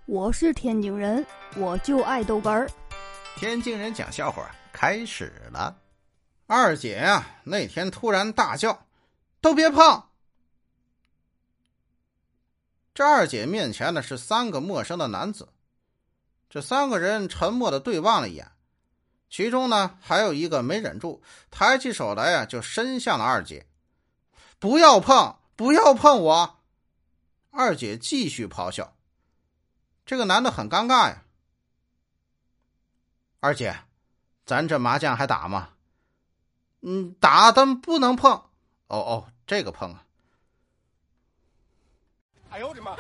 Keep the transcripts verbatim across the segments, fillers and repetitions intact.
我是天津人，我就爱豆干儿。 天津人讲笑话开始了。二姐呀、啊，那天突然大叫：“都别碰！”这二姐面前呢是三个陌生的男子，这三个人沉默地对望了一眼，其中呢还有一个没忍住，抬起手来呀、啊，就伸向了二姐：“不要碰，不要碰我！”二姐继续咆哮。这个男的很尴尬呀。二姐，咱这麻将还打吗？嗯，打但不能碰。哦哦，这个碰啊。哎呦我的妈！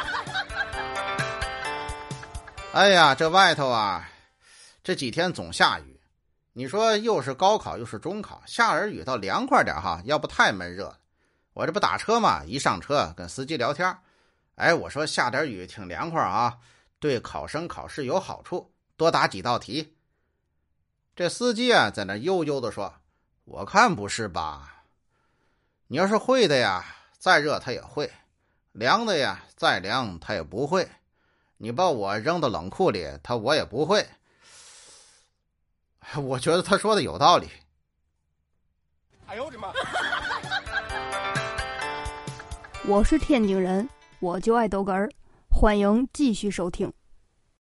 哎呀，这外头啊，这几天总下雨。你说又是高考又是中考，下点雨倒凉快点哈，要不太闷热。我这不打车嘛，一上车跟司机聊天。哎，我说下点雨挺凉快啊，对考生考试有好处，多答几道题。这司机啊在那悠悠地说：“我看不是吧？你要是会的呀，再热他也会；凉的呀，再凉他也不会。你把我扔到冷库里，他我也不会。”我觉得他说的有道理。 哎呦我的妈！ 我是天津人，我就爱豆干儿。欢迎继续收听。